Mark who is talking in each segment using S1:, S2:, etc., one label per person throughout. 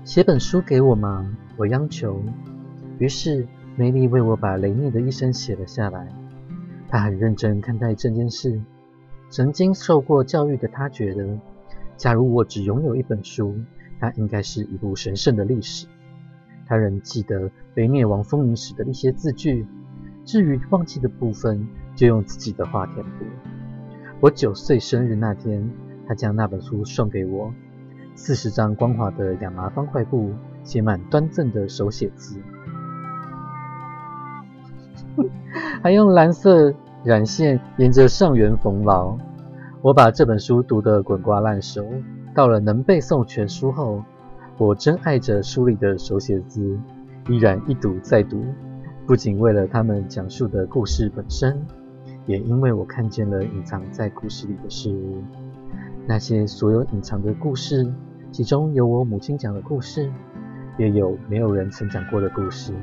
S1: 写本书给我嘛，我央求。于是梅丽为我把雷涅的一生写了下来。她很认真看待这件事。曾经受过教育的她觉得，假如我只拥有一本书，它应该是一部神圣的历史。她仍记得雷涅王风云史的一些字句，至于忘记的部分，就用自己的话填补。我9岁生日那天，她将那本书送给我，40张光滑的亚麻方块布，写满端正的手写字，还用蓝色染线沿着上缘缝牢。我把这本书读得滚瓜烂熟，到了能背诵全书后，我真爱着书里的手写字，依然一读再读，不仅为了他们讲述的故事本身，也因为我看见了隐藏在故事里的事物。那些所有隐藏的故事，其中有我母亲讲的故事，也有没有人曾讲过的故事。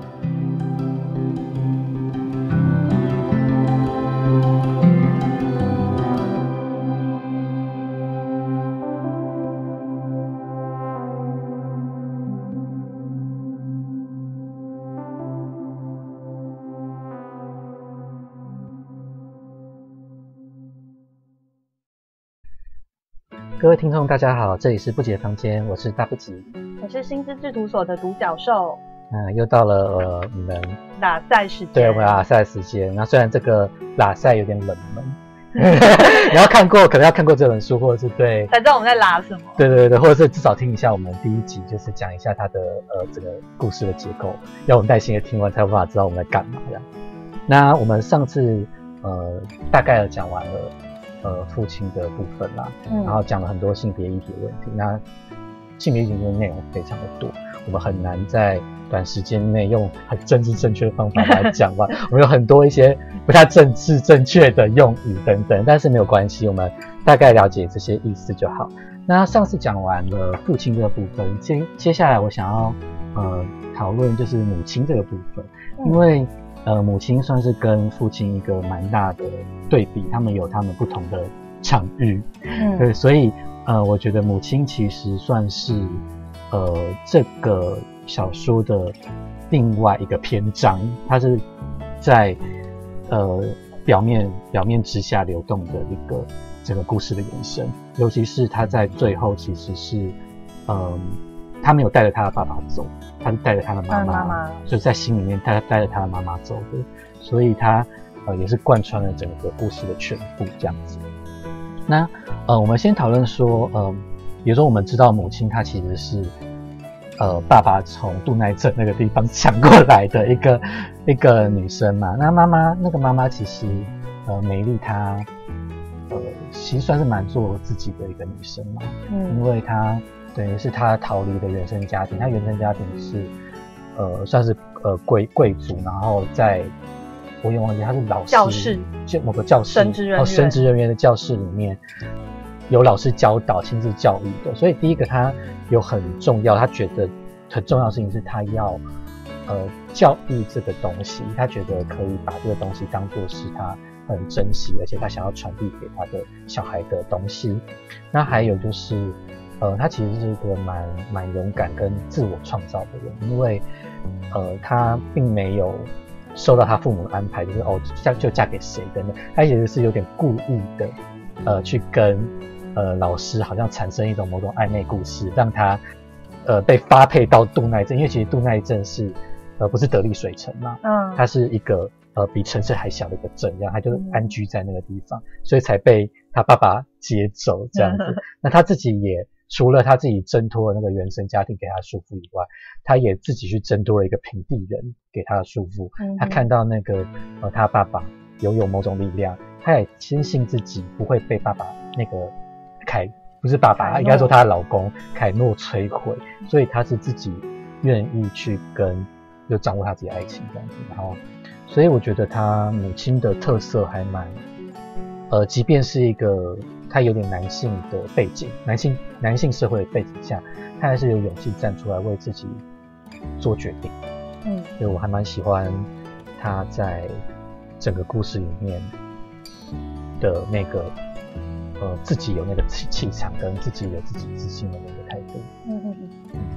S1: 各位听众大家好，这里是不解房间，我是大不吉，
S2: 我是新知制图所的独角兽。
S1: 又到了你们
S2: 拉赛时间，
S1: 对，我们拉赛时间。那虽然这个拉赛有点冷门，你要看过，可能要看过这本书，或者是对
S2: 才知道我们在拉什么。
S1: 对，或者是至少听一下我们第一集，就是讲一下它的这个故事的结构，要我们耐心的听完才有办法知道我们在干嘛这样。那我们上次大概有讲完了父亲的部分啦，然后讲了很多性别议题的问题。那性别议题的内容非常的多，我们很难在短时间内用很政治正确的方法来讲完。我们有很多一些不太政治正确的用语等等，但是没有关系，我们大概了解这些意思就好。那上次讲完了父亲这个部分，接下来我想要讨论就是母亲这个部分，因为母亲算是跟父亲一个蛮大的对比，他们有他们不同的场域，对，所以我觉得母亲其实算是这个小说的另外一个篇章，它是在表面之下流动的一个整个故事的延伸，尤其是他在最后其实是他没有带着他的爸爸走，他是带着他的妈妈，所以在心里面他带着他的妈妈走的，所以他也是贯穿了整个故事的全部这样子。那我们先讨论说，比如说我们知道母亲她其实是爸爸从杜奈镇那个地方抢过来的一个女生嘛。那那个妈妈其实梅丽她其实算是蛮做自己的一个女生嘛，因为她等于是她逃离的原生家庭，她原生家庭是算是贵族，然后在我也忘记她是老师
S2: 教室，
S1: 某个教室神职人员的教室里面有老师教导亲自教育的，所以第一个她有很重要，她觉得很重要的事情是她要教育这个东西，她觉得可以把这个东西当作是她很珍惜，而且她想要传递给她的小孩的东西。那还有就是他其实是一个蛮勇敢跟自我创造的人，因为他并没有受到他父母的安排，就是就嫁给谁等等，他其实是有点故意的去跟老师好像产生一种某种暧昧故事，让他被发配到杜奈镇，因为其实杜奈镇是不是得力水城嘛，它是一个比城市还小的一个镇，这样他就是安居在那个地方，所以才被他爸爸接走这样子。那他自己也除了他自己挣脱了那个原生家庭给他束缚以外，他也自己去挣脱了一个平地人给他的束缚。他看到那个他爸爸拥有某种力量，他也坚信自己不会被爸爸那个不是爸爸，应该说她的老公凯诺摧毁，所以他是自己愿意去就掌握他自己的爱情这样子。然后所以我觉得他母亲的特色还蛮即便是一个他有点男性的背景，男性社会的背景下，他还是有勇气站出来为自己做决定。所以我还蛮喜欢他在整个故事里面的那个自己有那个气场跟自己有自己自信的那个态度。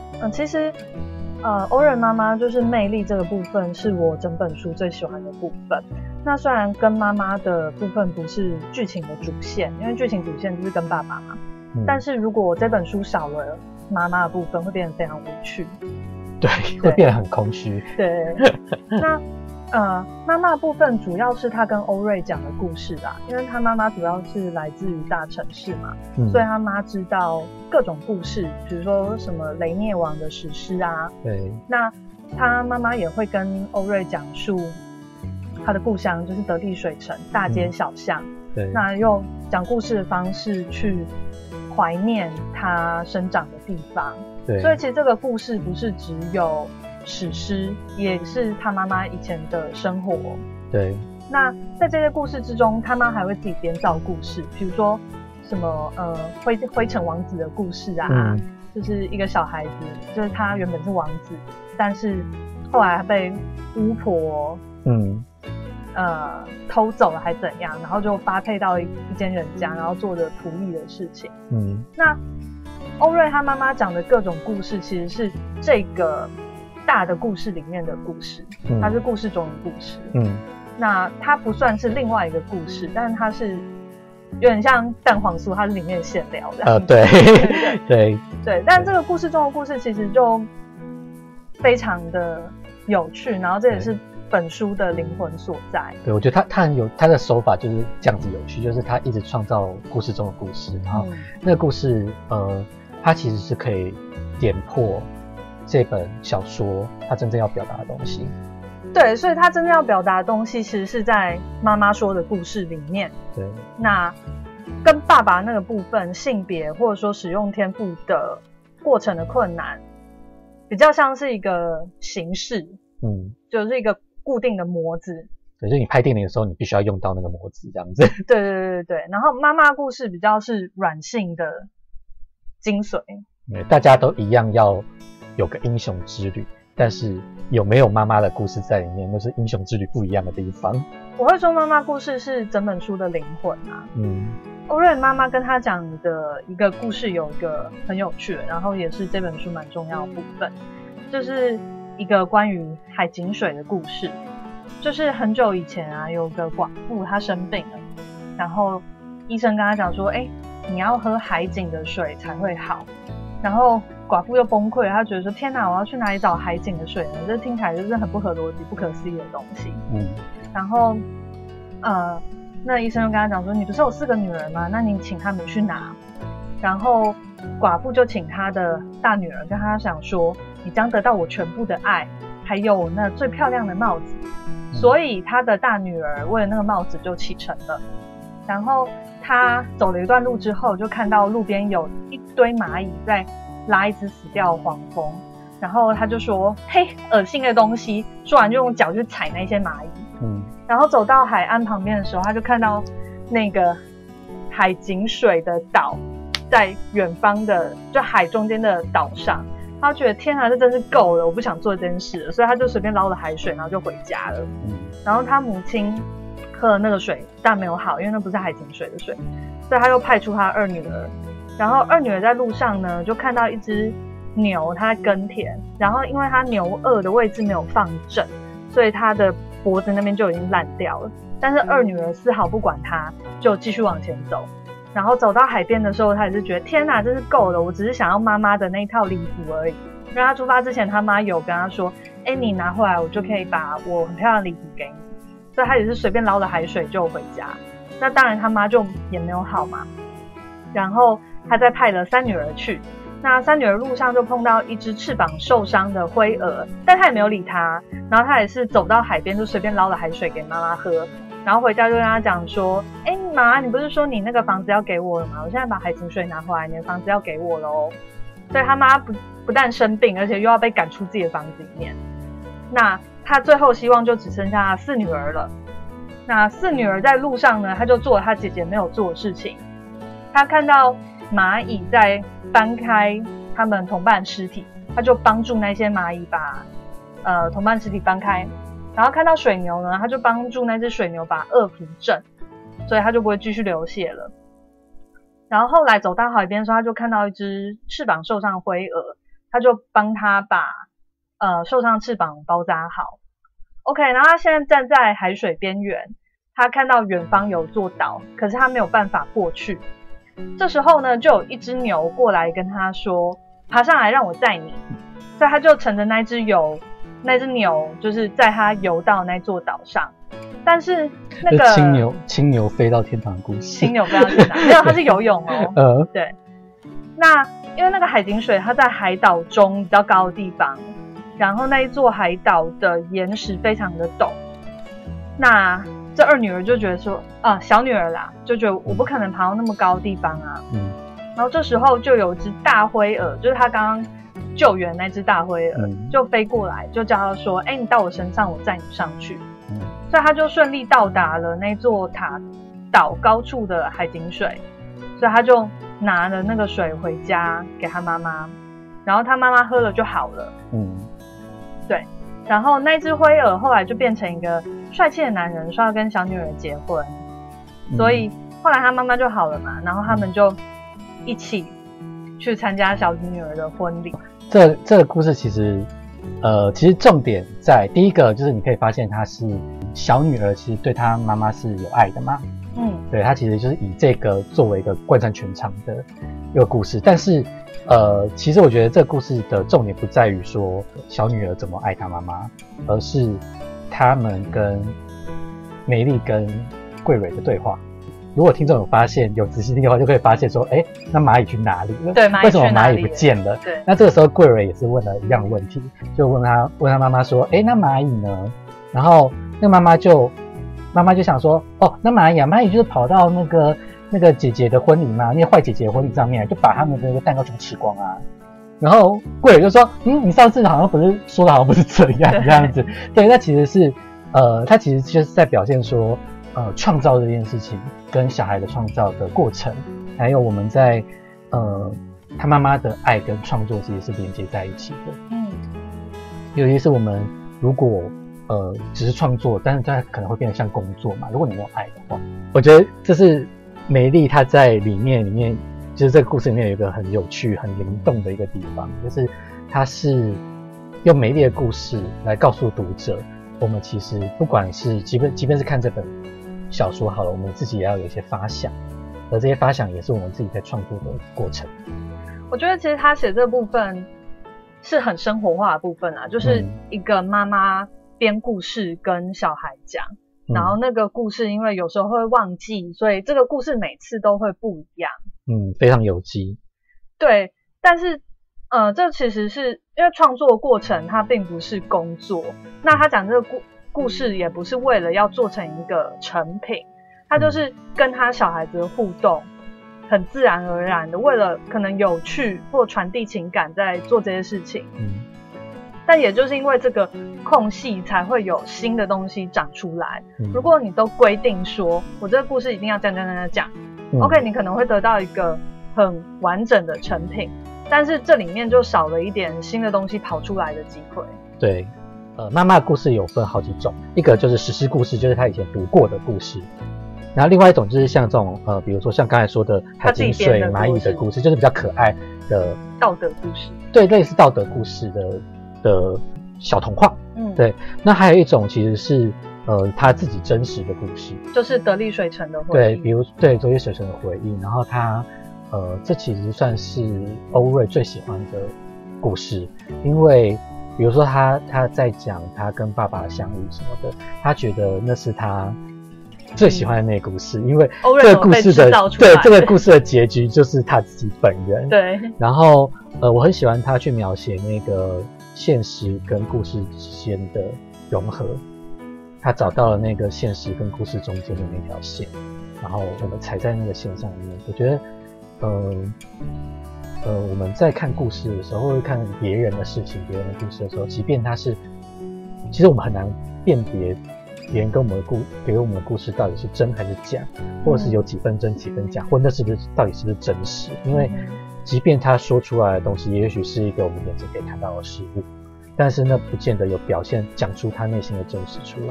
S2: 其实欧瑞妈妈就是魅力这个部分是我整本书最喜欢的部分。那虽然跟妈妈的部分不是剧情的主线，因为剧情主线就是跟爸爸嘛，但是如果这本书少了妈妈的部分，会变得非常无趣。
S1: 对，会变得很空虚。
S2: 对，那妈妈的部分主要是他跟欧瑞讲的故事啦，因为他妈妈主要是来自于大城市嘛，所以他妈知道各种故事，比如说什么雷涅王的史诗啊。
S1: 对，
S2: 那他妈妈也会跟欧瑞讲述他的故乡，就是德地水城，大街小巷。
S1: 对，
S2: 那用讲故事的方式去怀念他生长的地方。
S1: 对，
S2: 所以其实这个故事不是只有史诗，也是他妈妈以前的生活。
S1: 对，
S2: 那在这些故事之中，他妈还会自己编造故事，比如说什么灰尘王子的故事啊，就是一个小孩子，就是他原本是王子，但是后来被巫婆偷走了还怎样，然后就发配到一间人家，然后做着图利的事情。那欧瑞他妈妈讲的各种故事，其实是这个大的故事里面的故事，它是故事中的故事。那它不算是另外一个故事，但是它是有点像蛋黄酥，它是里面的馅料的。
S1: 对对
S2: 对，但这个故事中的故事其实就非常的有趣，然后这也是本书的灵魂所在。
S1: 对，我觉得他很有他的手法，就是这样子有趣，就是他一直创造故事中的故事，然后那个故事它其实是可以点破这本小说它真正要表达的东西。
S2: 对，所以它真正要表达的东西其实是在妈妈说的故事里面。
S1: 对，
S2: 那跟爸爸那个部分性别或者说使用天赋的过程的困难比较像是一个形式，就是一个固定的模子。
S1: 对，就你拍电影的时候你必须要用到那个模子这样子。
S2: 对，然后妈妈故事比较是软性的精髓。
S1: 对，大家都一样要有个英雄之旅，但是有没有妈妈的故事在里面，那是英雄之旅不一样的地方。
S2: 我会说妈妈故事是整本书的灵魂啊。欧瑞妈妈跟他讲的一个故事有一个很有趣的，然后也是这本书蛮重要的部分，就是一个关于海井水的故事。就是很久以前啊，有个寡妇她生病了，然后医生跟她讲说，你要喝海井的水才会好。然后寡妇又崩溃了，她觉得说天哪，我要去哪里找海井的水呢？这听起来就是很不合逻辑、不可思议的东西。然后那医生就跟她讲说，你不是有4个女儿吗？那你请她们去拿。然后寡妇就请她的大女儿跟她讲说，你将得到我全部的爱，还有那最漂亮的帽子。所以她的大女儿为了那个帽子就启程了。然后她走了一段路之后，就看到路边有一堆蚂蚁在拉一只死掉的黄蜂，然后她就说，嘿，恶心的东西，说完就用脚去踩那些蚂蚁。然后走到海岸旁边的时候，她就看到那个海井水的岛在远方的就海中间的岛上，她觉得天啊，这真是够了，我不想做这件事了，所以她就随便捞了海水，然后就回家了。然后她母亲喝了那个水，但没有好，因为那不是海井水的水，所以她又派出她二女儿。然后二女儿在路上呢，就看到一只牛，它在耕田，然后因为它牛轭的位置没有放正，所以它的脖子那边就已经烂掉了。但是二女儿丝毫不管它，就继续往前走。然后走到海边的时候，她也是觉得天哪，真是够了，我只是想要妈妈的那一套礼服而已。因为她出发之前，她妈有跟她说，你拿回来，我就可以把我很漂亮的礼服给你。所以她也是随便捞了海水就回家。那当然她妈就也没有好嘛。然后她再派了3女儿去。那3女儿路上就碰到一只翅膀受伤的灰蛾，但她也没有理她。然后她也是走到海边就随便捞了海水给妈妈喝。然后回家就跟她讲说，妈，你不是说你那个房子要给我了吗？我现在把海井水拿回来，你的房子要给我了哦。所以她妈不但生病，而且又要被赶出自己的房子里面。那她最后希望就只剩下4女儿了。那4女儿在路上呢，她就做了她姐姐没有做的事情。她看到蚂蚁在搬开他们同伴尸体，她就帮助那些蚂蚁把同伴尸体搬开。然后看到水牛呢，她就帮助那只水牛把颚扶正，所以她就不会继续流血了。然后后来走到海边的时候，她就看到一只翅膀受伤的灰蛾， 他就帮他把受伤翅膀包扎好。OK， 然后他现在站在海水边缘，他看到远方有座岛，可是他没有办法过去。这时候呢，就有一只牛过来跟他说：“爬上来，让我载你。”所以他就乘着那只牛，就是载他游到那座岛上。但是那个
S1: 青牛飞到天堂的故事，
S2: 青牛飞到天堂，没有，它是游泳哦。对。那因为那个海景水，它在海岛中比较高的地方，然后那一座海岛的岩石非常的陡。那这二女儿就觉得说，小女儿啦，就觉得我不可能爬到那么高的地方啊。然后这时候就有只大灰蛾，就是他刚刚救援那只大灰蛾，就飞过来，就叫他说：“你到我身上，我载你上去。”所以他就顺利到达了那座岛高处的海景水，所以他就拿了那个水回家给他妈妈，然后他妈妈喝了就好了。对。然后那只灰蛾后来就变成一个帅气的男人，说要跟小女儿结婚，所以后来他妈妈就好了嘛，然后他们就一起去参加小女儿的婚礼。
S1: 这个故事其实重点在第一个，就是你可以发现她是小女儿，其实对她妈妈是有爱的嘛。对，她其实就是以这个作为一个贯穿全场的一个故事。但是其实我觉得这个故事的重点不在于说小女儿怎么爱她妈妈，而是他们跟梅丽跟桂蕊的对话。如果听众有发现有仔细听的话，就可以发现说，那蚂蚁去哪里了？
S2: 对，
S1: 为什么蚂蚁不见了？
S2: 对，
S1: 那这个时候桂蕊也是问了一样的问题，就问他妈妈说，那蚂蚁呢？然后那妈妈就想说，那蚂蚁就是跑到那个姐姐的婚礼嘛，那个坏姐姐的婚礼上面，就把他们的那个蛋糕全部吃光啊。然后桂蕊就说，你上次好像不是说的好像不是这样子。对，那其实是他其实就是在表现说，创造这件事情跟小孩的创造的过程，还有我们在他妈妈的爱跟创作其实是连接在一起的。尤其是我们如果只是创作，但是它可能会变得像工作嘛。如果你没有爱的话，我觉得这是梅丽她在里面，就是这个故事里面有一个很有趣、很灵动的一个地方，就是她是用梅丽的故事来告诉读者，我们其实不管是即便是看这本小说好了，我们自己也要有一些发想，而这些发想也是我们自己在创作的过程。
S2: 我觉得其实他写这部分是很生活化的部分啊，就是一个妈妈编故事跟小孩讲，然后那个故事因为有时候会忘记，所以这个故事每次都会不一样。
S1: 非常有机。
S2: 对，但是这其实是因为创作过程它并不是工作，那他讲这个故事也不是为了要做成一个成品，他就是跟他小孩子的互动，很自然而然的，为了可能有趣或传递情感在做这些事情。但也就是因为这个空隙，才会有新的东西长出来。如果你都规定说我这个故事一定要讲，OK， 你可能会得到一个很完整的成品，但是这里面就少了一点新的东西跑出来的机会。
S1: 对，妈妈的故事有分好几种，一个就是史诗故事，就是她以前读过的故事，然后另外一种就是像这种比如说像刚才说的海景水、蚂蚁的故事，就是比较可爱的
S2: 道德故事。对，
S1: 类似道德故事的小童话。对。那还有一种其实是他自己真实的故事，
S2: 就是德丽水城的回忆。
S1: 对，比如对德丽水城的回忆，然后他这其实算是欧瑞最喜欢的故事，因为比如说他在讲他跟爸爸的相遇什么的，他觉得那是他最喜欢的那个故事，因为这个故事的这个故事的结局就是他自己本人。
S2: 对。
S1: 然后我很喜欢他去描写那个现实跟故事之间的融合，他找到了那个现实跟故事中间的那条线，然后我们踩在那个线上面。我觉得我们在看故事的时候，或者看别人的事情、别人的故事的时候，即便其实我们很难辨别别人给我们的故事到底是真还是假，或者是有几分真几分假，或那到底是不是真实？因为即便他说出来的东西也许是一个我们眼睛可以看到的事物，但是那不见得有讲出他内心的真实出来。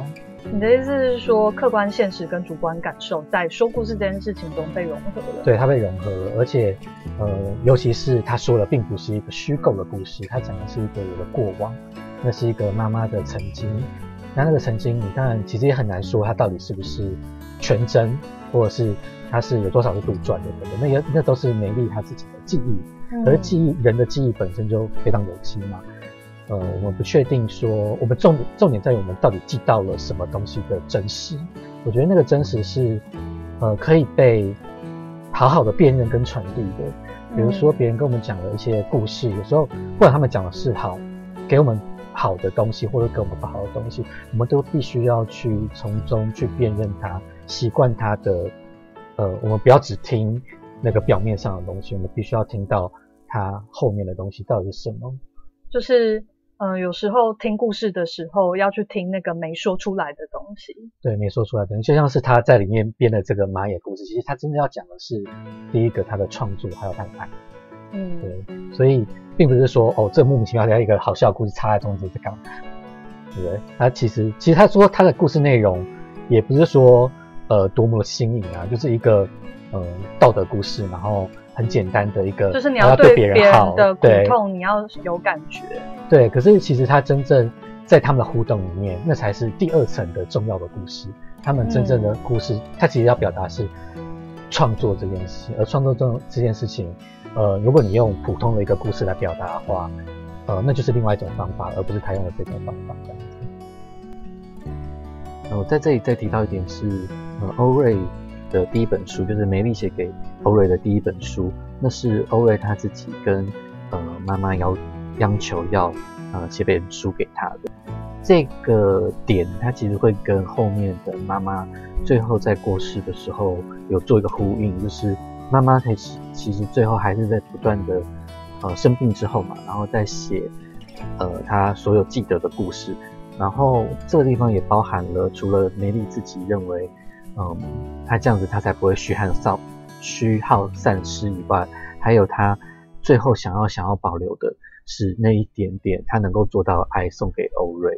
S2: 你的意思是说，客观现实跟主观感受在说故事这件事情中被融合了？
S1: 对，它被融合了，而且尤其是他说的并不是一个虚构的故事，他讲的是一个我的过往，那是一个妈妈的曾经。那个曾经，你当然其实也很难说它到底是不是全真，或者是它是有多少是杜撰的，那都是梅丽她自己的记忆。而人的记忆本身就非常有机嘛。我们不确定说，我们重点在于我们到底记到了什么东西的真实。我觉得那个真实是可以被好好的辨认跟传递的。比如说别人跟我们讲了一些故事，有时候不管他们讲的是好，给我们好的东西，或者给我们不好的东西，我们都必须要去从中去辨认它，习惯它的我们不要只听那个表面上的东西，我们必须要听到它后面的东西到底是什么。
S2: 就是有时候听故事的时候要去听那个没说出来的东西。对，
S1: 没说出来的东西，就像是他在里面编的这个玛雅故事，其实他真的要讲的是第一个他的创作，还有他的爱。对，所以并不是说这莫名其妙的一个好笑的故事插在中间在干嘛，对不对？他其实他说他的故事内容也不是说多么新颖啊，就是一个道德故事，然后很简单的一个，
S2: 就是你要对别人的苦痛你要有感觉。
S1: 对，可是其实他真正在他们的互动里面，那才是第二层的重要的故事。他们真正的故事，他其实要表达是创作这件事情，而创作这件事情，如果你用普通的一个故事来表达的话，那就是另外一种方法，而不是他用的这种方法这样子。在这里再提到一点是，欧瑞的第一本书，就是梅丽写给欧瑞的第一本书，那是欧瑞他自己跟妈妈央求要写本书给他的。这个点他其实会跟后面的妈妈最后在过世的时候有做一个呼应，就是妈妈其实最后还是在不断的生病之后嘛，然后再写她所有记得的故事。然后这个地方也包含了除了梅丽自己认为她这样子她才不会虚耗散失以外，还有她最后想要保留的是那一点点她能够做到的爱送给欧瑞。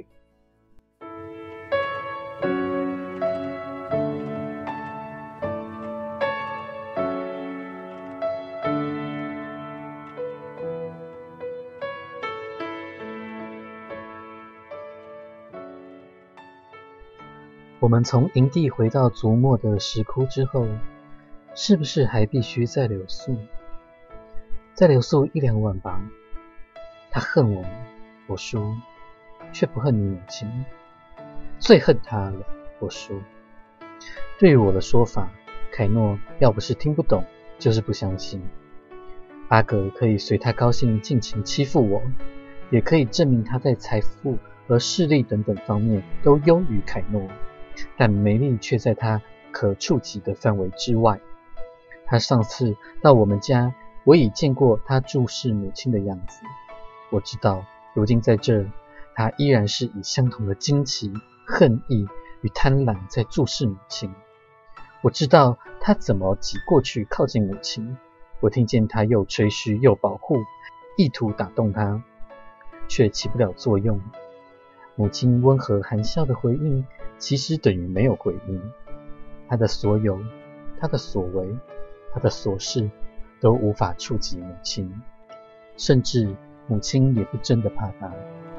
S1: 我们从营地回到族墨的石窟之后，是不是还必须再留宿？再留宿1、2晚吧。他恨我，我说，却不恨你母亲。最恨他了，我说。对于我的说法，凯诺要不是听不懂，就是不相信。阿格可以随他高兴尽情欺负我，也可以证明他在财富和势力等等方面都优于凯诺。但梅丽却在他可触及的范围之外。他上次到我们家，我已见过他注视母亲的样子。我知道，如今在这，他依然是以相同的惊奇、恨意与贪婪在注视母亲。我知道他怎么挤过去靠近母亲。我听见他又吹嘘又保护，意图打动他，却起不了作用。母亲温和含笑的回应其实等于没有回应。他的所有，他的所为，他的所事都无法触及母亲，甚至母亲也不真的怕他。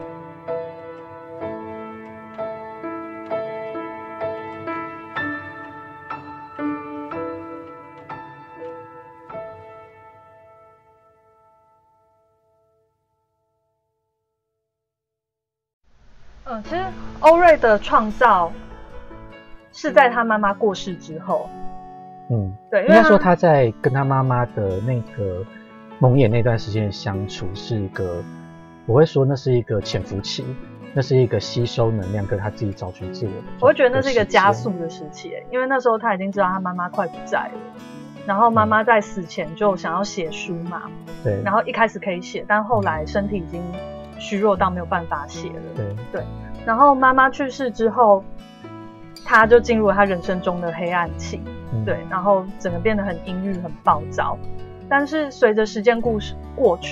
S2: 其实欧瑞的创造是在他妈妈过世之后。对，
S1: 应该说他在跟他妈妈的那个蒙眼那段时间的相处是一个，我会说那是一个潜伏期，那是一个吸收能量跟他自己找寻自我的。
S2: 我会觉得那是一个加速的时期，因为那时候他已经知道他妈妈快不在了，然后妈妈在死前就想要写书嘛，对，然后一开始可以写，但后来身体已经虚弱到没有办法写了，对，然后妈妈去世之后，他就进入了他人生中的黑暗期，对，然后整个变得很阴郁、很暴躁。但是随着时间过去，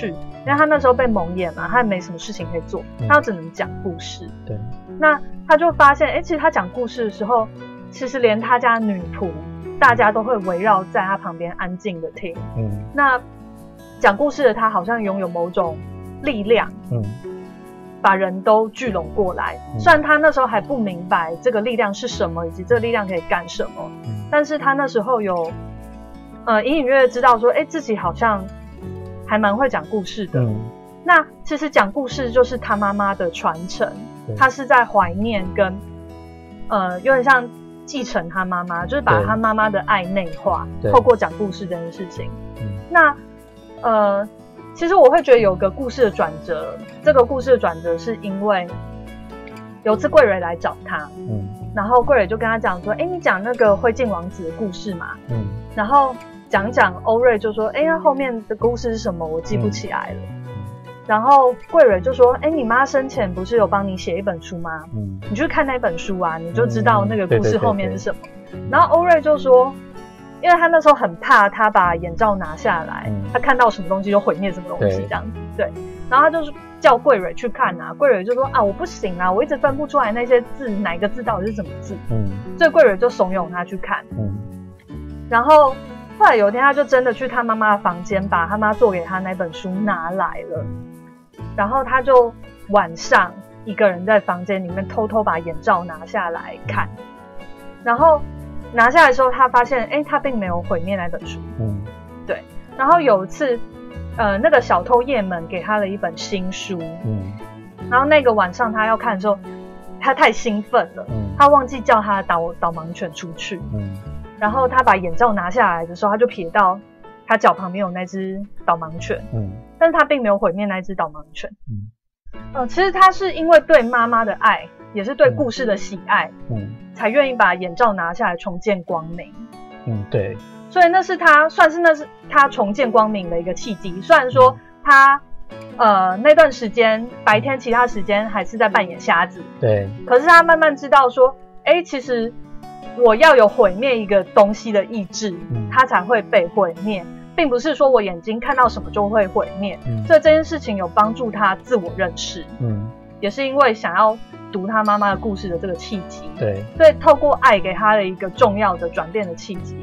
S2: 因为他那时候被蒙眼嘛，他也没什么事情可以做，他只能讲故事。
S1: 对，
S2: 那他就发现，其实他讲故事的时候，其实连他家女仆，大家都会围绕在他旁边安静的听。那讲故事的他好像拥有某种力量，把人都聚拢过来。虽然他那时候还不明白这个力量是什么，以及这个力量可以干什么，但是他那时候有隐隐约约知道说，自己好像还蛮会讲故事的。那其实讲故事就是他妈妈的传承，他是在怀念跟有点像继承他妈妈，就是把他妈妈的爱内化，透过讲故事这件事情。那其实我会觉得有个故事的转折，这个故事的转折是因为有次桂蕊来找他，然后桂蕊就跟他讲说，你讲那个灰烬王子的故事嘛，然后讲讲欧瑞就说，那后面的故事是什么？我记不起来了。然后桂蕊就说，你妈生前不是有帮你写一本书吗？你去看那本书啊，你就知道那个故事后面是什么。然后欧瑞就说，因为他那时候很怕他把眼罩拿下来，他看到什么东西就毁灭什么东西这样子。对，然后他就是叫桂蕊去看啊，桂蕊就说我不行啊，我一直分不出来那些字哪个字到底是什么字。所以桂蕊就怂恿他去看。然后后来有一天他就真的去他妈妈的房间，把他妈做给他那本书拿来了。然后他就晚上一个人在房间里面偷偷把眼罩拿下来看，然后拿下来的时候他发现他并没有毁灭那本书。对。然后有一次那个小偷叶门给他了一本新书，然后那个晚上他要看的时候他太兴奋了，他忘记叫他的导盲犬出去，然后他把眼罩拿下来的时候他就瞥到他脚旁边有那只导盲犬，但是他并没有毁灭那只导盲犬。其实他是因为对妈妈的爱，也是对故事的喜爱，才愿意把眼罩拿下来重见光明。
S1: 对。
S2: 所以那是他重见光明的一个契机。虽然说他那段时间白天其他时间还是在扮演瞎子，对，可是他慢慢知道说，其实我要有毁灭一个东西的意志，它才会被毁灭，并不是说我眼睛看到什么就会毁灭。所以这件事情有帮助他自我认识，也是因为想要读他妈妈的故事的这个契机。对，所以透过爱给他的一个重要的转变的契机。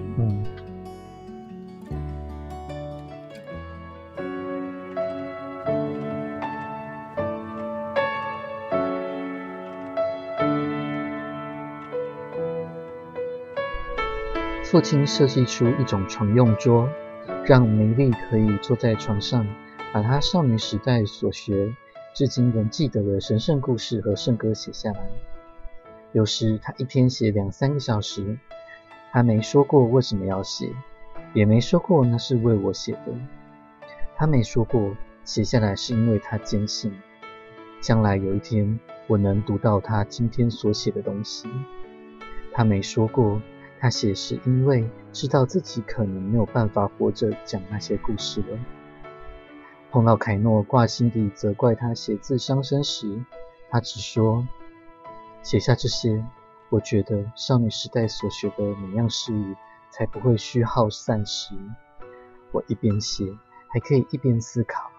S1: 父亲设计出一种床用桌，让梅丽可以坐在床上，把她少女时代所学，至今仍记得的神圣故事和圣歌写下来。有时她一天写2-3个小时，她没说过为什么要写，也没说过那是为我写的。她没说过写下来是因为她坚信，将来有一天我能读到她今天所写的东西。她没说过他写是因为知道自己可能没有办法活着讲那些故事了。碰到凯诺挂心底责怪他写字伤身时，他只说，写下这些，我觉得少女时代所学的每样事物才不会虚耗散失。我一边写还可以一边思考，